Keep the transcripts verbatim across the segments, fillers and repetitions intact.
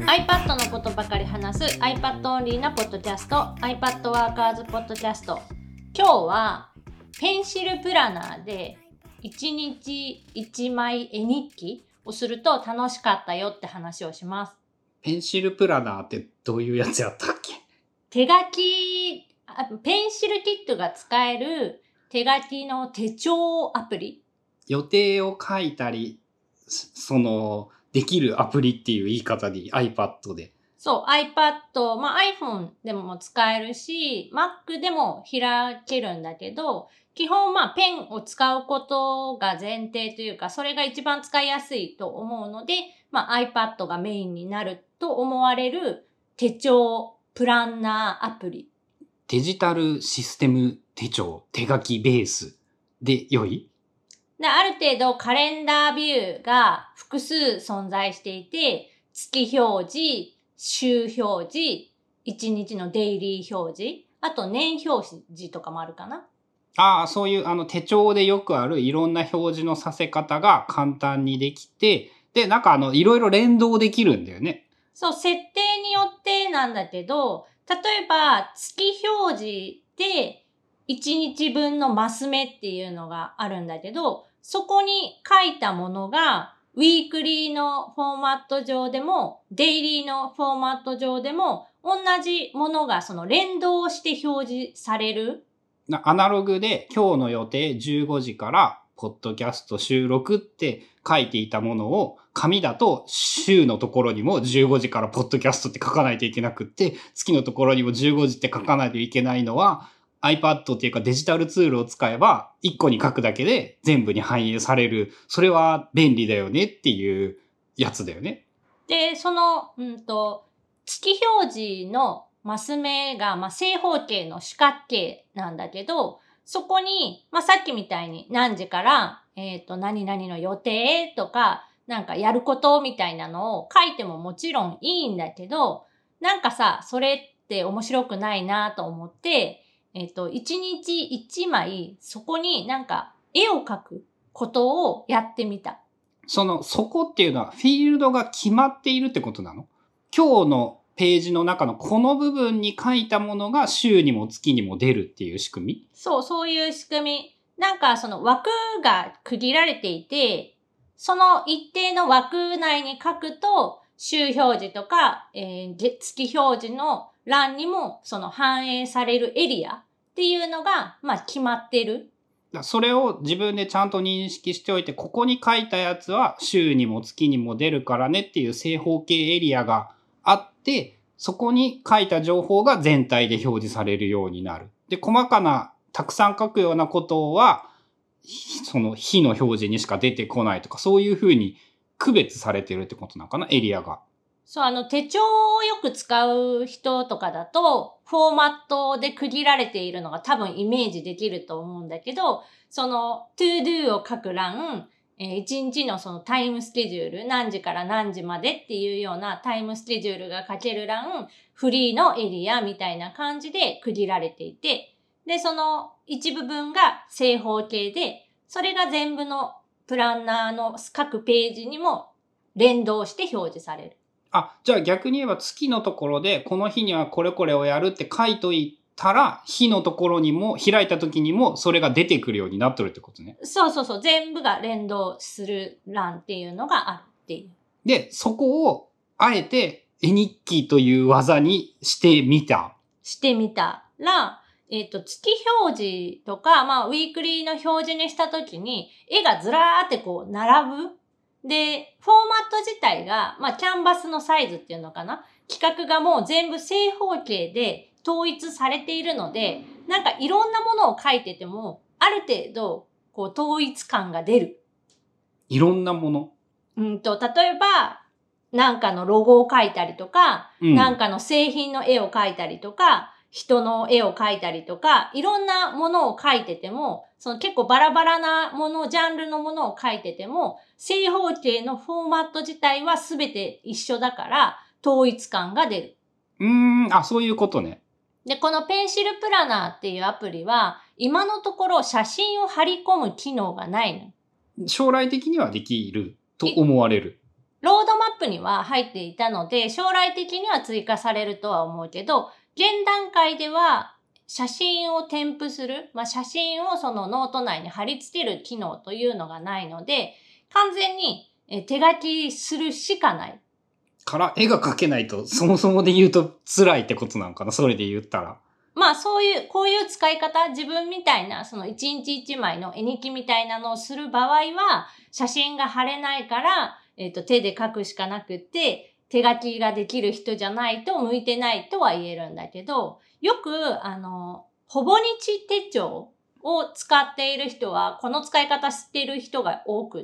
iPad のことばかり話す iPad オンリーなポッドキャスト iPad ワーカーズポッドキャスト。今日はペンシルプラナーでいちにちいちまい絵日記をすると楽しかったよって話をします。 ペンシルプラナーってどういうやつやったっけ？ 手書き、ペンシルキットが使える手書きの手帳アプリ。 予定を書いたり、その、できるアプリっていう言い方で iPad で。 そう、iPad、まあ iPhone でも使えるし、Mac でも開けるんだけど、基本まあペンを使うことが前提というか、それが一番使いやすいと思うので、まあ iPad がメインになると思われる手帳プランナーアプリ。 デジタルシステム手帳、手書きベースで良い？ で、ある程度カレンダービューが複数存在していて、月表示、週表示、いちにちのデイリー表示、あと年表示とかもあるかな。 ああ、そういうあの手帳でよくあるいろんな表示のさせ方が簡単にできて、で、なんかあの、いろいろ連動できるんだよね。 そう、設定によってなんだけど、例えば月表示でいちにちぶんのマス目っていうのがあるんだけど、そこに書いたものがウィークリーのフォーマット上でもデイリーのフォーマット上でも同じものがその連動して表示される。 アナログで今日の予定じゅうごじからポッドキャスト収録って書いていたものを紙だと週のところにもじゅうごじからポッドキャストって書かないといけなくって、月のところにもじゅうごじって書かないといけないのは iPad っていうかデジタルツールを使えばいっこに書くだけで全部に反映される。それは便利だよねっていうやつだよね。 で、その、うんと、月表示のマス目が、まあ、正方形の四角形なんだけど、そこに、まあ、さっきみたいに何時から、えっと、何々の予定とか、なんかやることみたいなのを書いてももちろんいいんだけど、なんかさ、それって面白くないなと思って、えっと、一日一枚、そこになんか絵を描くことをやってみた。 その、そこっていうのはフィールドが決まっているってことなの？今日のページの中のこの部分に書いたものが週にも月にも出るっていう仕組み？ そう、そういう仕組み。なんかその枠が区切られていて、その一定の枠内に書くと、週表示とか、えー、月表示の欄にもその反映されるエリアっていうのが、まあ決まってる。 それを自分でちゃんと認識しておいて、ここに書いたやつは週にも月にも出るからねっていう正方形エリアがあって、そこに書いた情報が全体で表示されるようになる。で、細かな、たくさん書くようなことは、その非の表示にしか出てこないとか、そういうふうに区別されてるってことなのかな、エリアが。 そう、あの手帳をよく使う人とかだと、フォーマットで区切られているのが多分イメージできると思うんだけど、その to do を書く欄、えー、いちにちのそのタイムスケジュール、何時から何時までっていうようなタイムスケジュールが書ける欄、フリーのエリアみたいな感じで区切られていて、で、その一部分が正方形で、それが全部のプランナーの各ページにも連動して表示される。 あ、じゃあ逆に言えば月のところでこの日にはこれこれをやるって書いといたら、日のところにも開いた時にもそれが出てくるようになっとるってことね。 そうそうそう。全部が連動する欄っていうのがあるっていう。 で、そこをあえて絵日記という技にしてみた。 してみたら、えっと、月表示とか、まあ、ウィークリーの表示にした時に、絵がずらーってこう、並ぶ。で、フォーマット自体が、まあ、キャンバスのサイズっていうのかな。規格がもう全部正方形で統一されているので、なんかいろんなものを書いてても、ある程度、こう、統一感が出る。 いろんなもの。 うんと、例えば、なんかのロゴを描いたりとか、うん、なんかの製品の絵を描いたりとか、人の絵を描いたりとか、いろんなものを描いてても、その結構バラバラなもの、ジャンルのものを描いてても、正方形のフォーマット自体はすべて一緒だから、統一感が出る。 うーん、あ、そういうことね。 で、このペンシルプラナーっていうアプリは、今のところ写真を貼り込む機能がないの。 将来的にはできると思われる。 ロードマップには入っていたので、将来的には追加されるとは思うけど、現段階では写真を添付する、まあ、写真をそのノート内に貼り付ける機能というのがないので、完全に手書きするしかない。 から絵が描けないと、そもそもで言うと辛いってことなんかな、それで言ったら。 まあそういう、こういう使い方、自分みたいな、その一日一枚の絵日記みたいなのをする場合は、写真が貼れないから、えっと、手で書くしかなくって、手書きができる人じゃないと向いてないとは言えるんだけど、よく、あの、ほぼ日手帳を使っている人は、この使い方知っている人が多くって、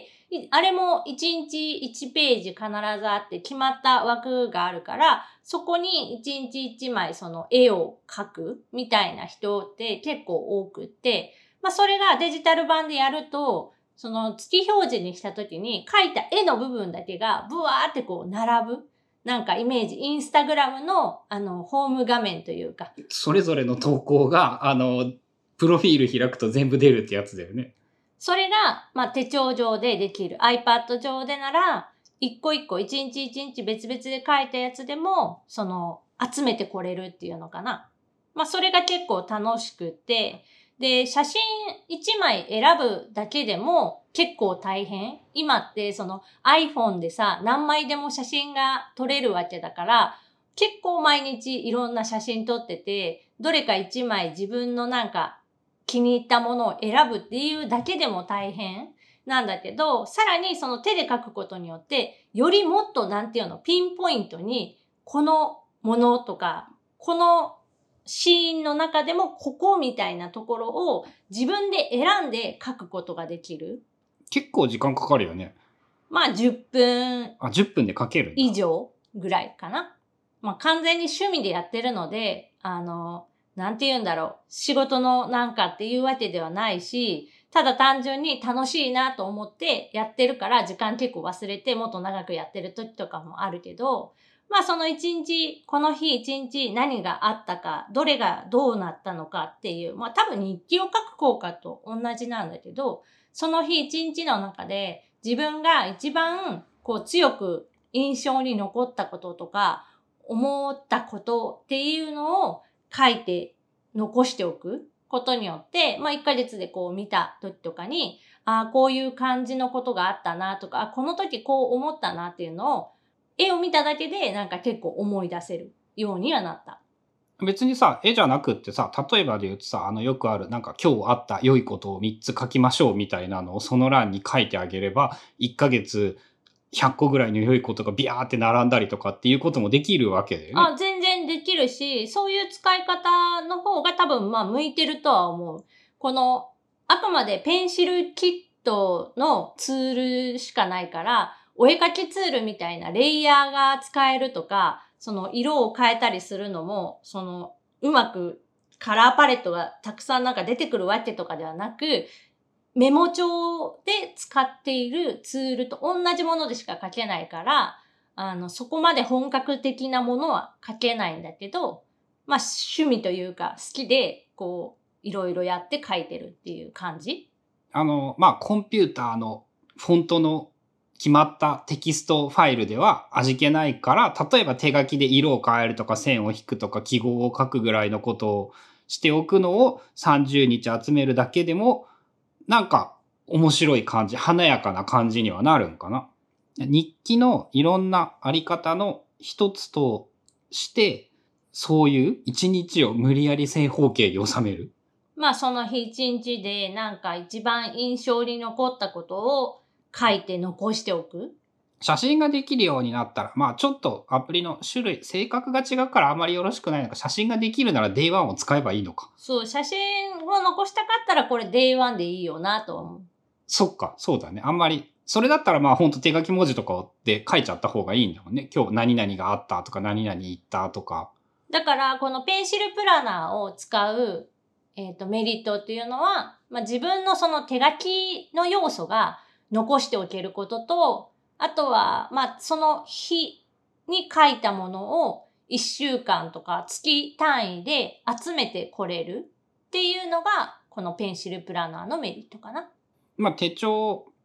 あれもいちにちいちページ必ずあって決まった枠があるから、そこにいちにちいちまいその絵を描くみたいな人って結構多くって、まあそれがデジタル版でやると、その月表示にした時に描いた絵の部分だけがブワーってこう並ぶ。なんかイメージ、インスタグラムのあのホーム画面というか。 それぞれの投稿が、あの、プロフィール開くと全部出るってやつだよね。 それが、まあ、手帳上でできる。iPad 上でなら、一個一個、一日一日別々で書いたやつでも、その、集めてこれるっていうのかな。まあ、それが結構楽しくて、で、写真一枚選ぶだけでも結構大変。今ってその iPhone でさ、何枚でも写真が撮れるわけだから、結構毎日いろんな写真撮ってて、どれか一枚自分のなんか気に入ったものを選ぶっていうだけでも大変なんだけど、さらにその手で書くことによって、よりもっとなんていうの、ピンポイントに、このものとか、このシーンの中でもここみたいなところを自分で選んで書くことができる。 結構時間かかるよね。 まあじゅっぷん。 あ、じゅっぷんで書けるんだ。 以上ぐらいかな。まあ完全に趣味でやってるので、あの、なんて言うんだろう。仕事のなんかっていうわけではないし、ただ単純に楽しいなと思ってやってるから時間結構忘れてもっと長くやってる時とかもあるけど、まあその一日、この日一日何があったか、どれがどうなったのかっていう、まあ多分日記を書く効果と同じなんだけど、その日一日の中で自分が一番こう強く印象に残ったこととか、思ったことっていうのを書いて残しておくことによって、まあいっかげつでこう見た時とかに、ああ、こういう感じのことがあったなとか、あこの時こう思ったなっていうのを、絵を見ただけでなんか結構思い出せるようにはなった。 別にさ、絵じゃなくってさ、例えばで言うとさ、あのよくある、なんか今日あった良いことをみっつ書きましょうみたいなのをその欄に書いてあげれば、いっかげつひゃっこぐらいの良いことがビャーって並んだりとかっていうこともできるわけだよね。 あ、全然できるし、そういう使い方の方が多分まあ向いてるとは思う。この、あくまでペンシルキットのツールしかないから、お絵描きツールみたいなレイヤーが使えるとか、その色を変えたりするのも、そのうまくカラーパレットがたくさんなんか出てくるわけとかではなく、メモ帳で使っているツールと同じものでしか書けないから、あの、そこまで本格的なものは書けないんだけど、まあ趣味というか好きで、こう、いろいろやって書いてるっていう感じ。 あの、まあコンピューターのフォントの決まったテキストファイルでは味気ないから、例えば手書きで色を変えるとか線を引くとか記号を書くぐらいのことをしておくのをさんじゅうにち集めるだけでも、なんか面白い感じ、華やかな感じにはなるんかな。日記のいろんなあり方の一つとして、そういう一日を無理やり正方形に収める。 まあその日一日でなんか一番印象に残ったことを書いて残しておく。 写真ができるようになったら、まあちょっとアプリの種類、性格が違うからあんまりよろしくないのか、写真ができるなら デイワン を使えばいいのか。 そう、写真を残したかったらこれ デイワン でいいよなと思う。 そっか、そうだね。あんまり、それだったらまあほんと手書き文字とかで書いちゃった方がいいんだもんね。今日何々があったとか何々言ったとか。 だからこのペンシルプラナーを使う、えっと、メリットっていうのは、まあ自分のその手書きの要素が残しておけることと、あとは、まあその日に書いたものをいっしゅうかんとか月単位で集めてこれるっていうのが、このペンシルプラナーのメリットかな。 まあ手帳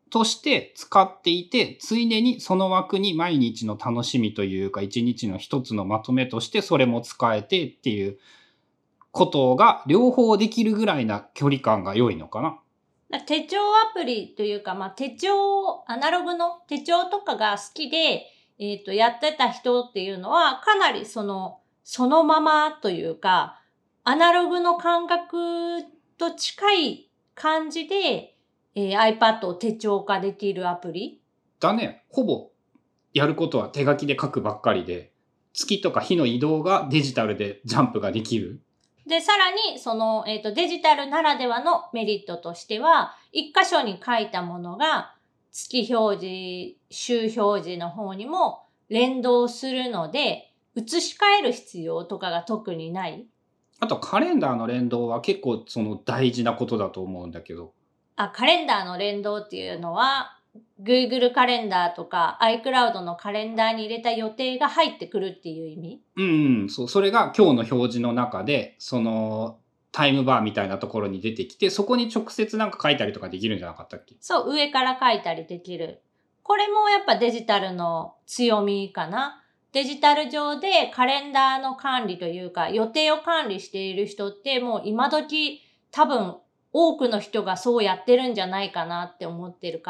として使っていて、ついでにその枠に毎日の楽しみというか、一日の一つのまとめとしてそれも使えてっていうことが両方できるぐらいな距離感が良いのかな。 手帳アプリというか、まあ、手帳、アナログの手帳とかが好きで、えっと、やってた人っていうのは、かなりその、そのままというか、アナログの感覚と近い感じで、えー、iPad を手帳化できるアプリだね。ほぼやることは手書きで書くばっかりで、月とか日の移動がデジタルでジャンプができる。 で、さらに、その、えっと、デジタルならではのメリットとしては、一箇所に書いたものが、月表示、週表示の方にも連動するので、移し替える必要とかが特にない。 あと、カレンダーの連動は結構その大事なことだと思うんだけど。 あ、カレンダーの連動っていうのは、Google カレンダーとか iCloud のカレンダーに入れた予定が入ってくるっていう意味？ うん、うん、そう。それが今日の表示の中で、そのタイムバーみたいなところに出てきて、そこに直接なんか書いたりとかできるんじゃなかったっけ？ そう、上から書いたりできる。これもやっぱデジタルの強みかな。デジタル上でカレンダーの管理というか、予定を管理している人ってもう今時多分多くの人がそうやってるんじゃないかなって思ってるから、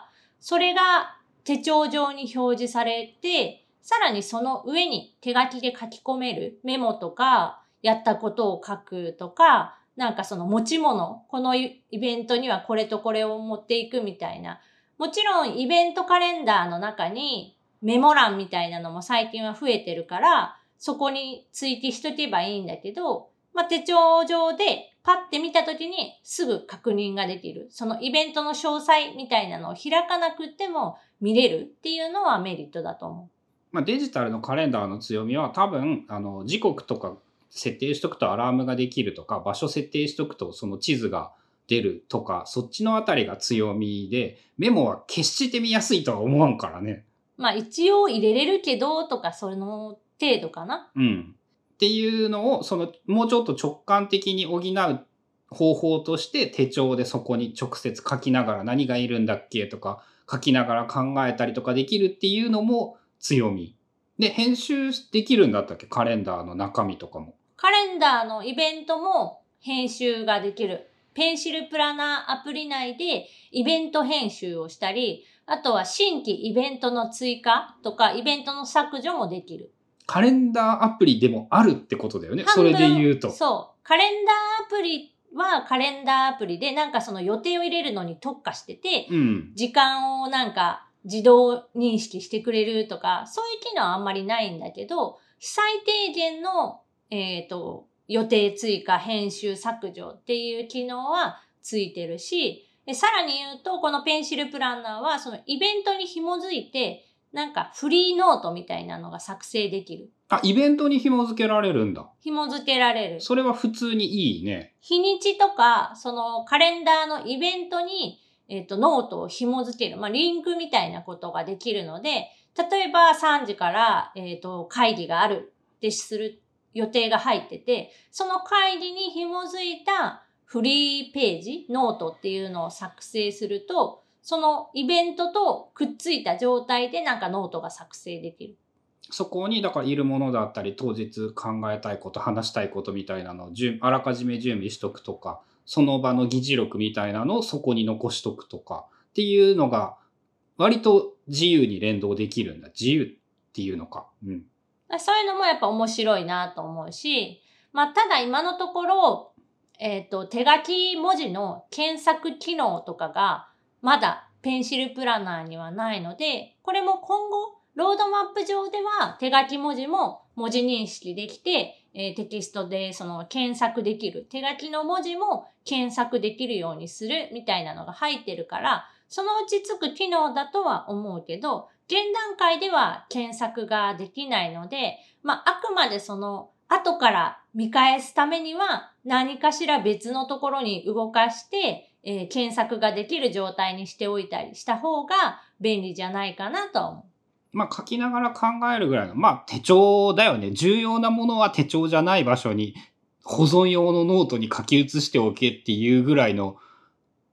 それが手帳上に表示されて、さらにその上に手書きで書き込めるメモとか、やったことを書くとか、なんかその持ち物、このイベントにはこれとこれを持っていくみたいな。もちろんイベントカレンダーの中にメモ欄みたいなのも最近は増えてるから、そこに追記しとけばいいんだけど、まあ、手帳上でパッて見たときにすぐ確認ができる。そのイベントの詳細みたいなのを開かなくても見れるっていうのはメリットだと思う。 まあ、デジタルのカレンダーの強みは多分、あの、時刻とか設定しとくとアラームができるとか、場所設定しとくとその地図が出るとか、そっちのあたりが強みで、メモは決して見やすいとは思わんからね。 まあ一応入れれるけどとかその程度かな。 うん。っていうのを、その、もうちょっと直感的に補う方法として手帳でそこに直接書きながら何がいるんだっけとか書きながら考えたりとかできるっていうのも強み。で、編集できるんだったっけ？カレンダーの中身とかも。 カレンダーのイベントも編集ができる。ペンシルプラナーアプリ内でイベント編集をしたり、あとは新規イベントの追加とかイベントの削除もできる。 カレンダーアプリでもあるってことだよね。それで言うと。 そう。カレンダーアプリはカレンダーアプリでなんかその予定を入れるのに特化してて、 うん、 時間をなんか自動認識してくれるとか、そういう機能はあんまりないんだけど、最低限の、えっと、予定追加、編集、削除っていう機能はついてるし、さらに言うと、このペンシルプランナーはそのイベントに紐づいて、なんかフリーノートみたいなのが作成できる。 あ、イベントに紐付けられるんだ。 紐付けられる。 それは普通にいいね。 日にちとか、そのカレンダーのイベントに、えっと、ノートを紐付ける。まあ、リンクみたいなことができるので、例えばさんじから、えっと、会議があるってする予定が入ってて、その会議に紐づいたフリーページ、ノートっていうのを作成すると、そのイベントとくっついた状態でなんかノートが作成できる。 そこにだからいるものだったり当日考えたいこと話したいことみたいなのをあらかじめ準備しとくとか、その場の議事録みたいなのをそこに残しとくとかっていうのが割と自由に連動できるんだ。自由っていうのか。うん。 そういうのもやっぱ面白いなと思うし、まあただ今のところ、えっと、手書き文字の検索機能とかがまだペンシルプラナーにはないので、これも今後、ロードマップ上では手書き文字も文字認識できて、えー、テキストでその検索できる。手書きの文字も検索できるようにするみたいなのが入ってるから、そのうちつく機能だとは思うけど、現段階では検索ができないので、まあ、あくまでその後から見返すためには何かしら別のところに動かして、えー、検索ができる状態にしておいたりした方が便利じゃないかなと思う。 まあ書きながら考えるぐらいの、まあ手帳だよね。重要なものは手帳じゃない場所に保存用のノートに書き写しておけっていうぐらいの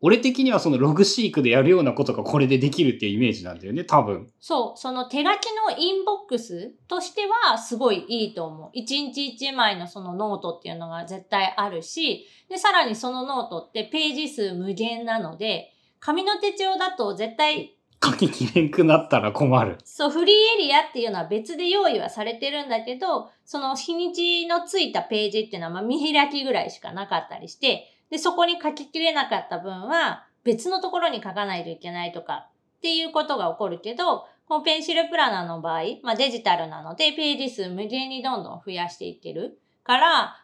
俺的にはそのログシークでやるようなことがこれでできるっていうイメージなんだよね、多分。 そう、その手書きのインボックスとしてはすごいいいと思う。一日一枚のそのノートっていうのが絶対あるし、で、さらにそのノートってページ数無限なので、紙の手帳だと絶対書ききれんくなったら困る。 そう、フリーエリアっていうのは別で用意はされてるんだけど、その日にちのついたページっていうのはまあ見開きぐらいしかなかったりして、で、そこに書ききれなかった分は別のところに書かないといけないとかっていうことが起こるけど、このペンシルプラナーの場合、まあデジタルなのでページ数無限にどんどん増やしていけるから、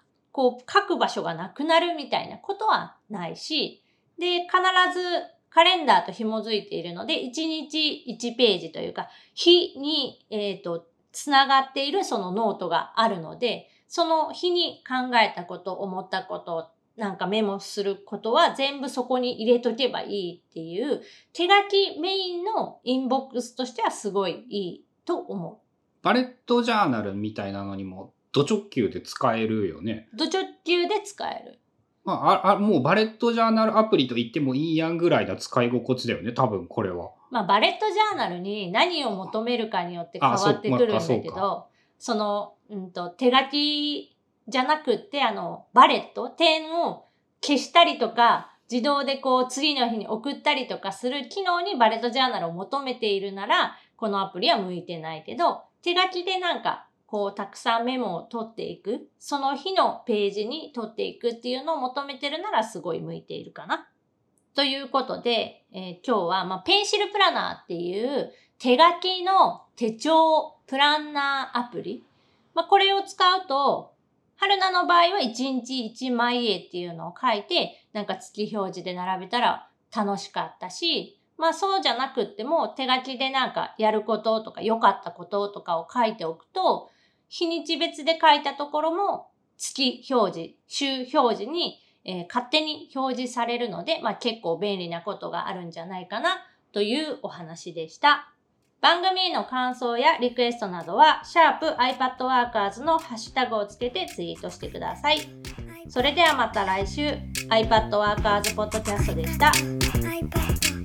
こう書く場所がなくなるみたいなことはないし、で、必ずカレンダーと紐づいているので、いちにちいちページというか、日に、えっと、つながっているそのノートがあるので、その日に考えたこと、思ったこと、なんかメモすることは全部そこに入れとけばいいっていう、手書きメインのインボックスとしてはすごいいいと思う。 バレットジャーナルみたいなのにも、ド直球で使えるよね。 ド直球で使える。 まあ、あ、あ、もうバレットジャーナルアプリと言ってもいいやんぐらいな使い心地だよね、多分これは。 まあ、バレットジャーナルに何を求めるかによって変わってくるんだけど、そ, その、うんと、手書きじゃなくって、あの、バレット、点を消したりとか、自動でこう次の日に送ったりとかする機能にバレットジャーナルを求めているなら、このアプリは向いてないけど、手書きでなんか、こう、たくさんメモを取っていく。その日のページに取っていくっていうのを求めてるならすごい向いているかな。ということで、えー、今日は、まあ、ペンシルプラナーっていう手書きの手帳プランナーアプリ。まあ、これを使うと、春菜の場合はいちにちいちまい絵っていうのを書いて、なんか月表示で並べたら楽しかったし、まあそうじゃなくっても手書きでなんかやることとか良かったこととかを書いておくと、日にち別で書いたところも月表示、週表示に、えー、勝手に表示されるので、まあ結構便利なことがあるんじゃないかなというお話でした。番組への感想やリクエストなどは、シャープ iPadWorkers のハッシュタグをつけてツイートしてください。それではまた来週、iPadWorkers ポッドキャストでした。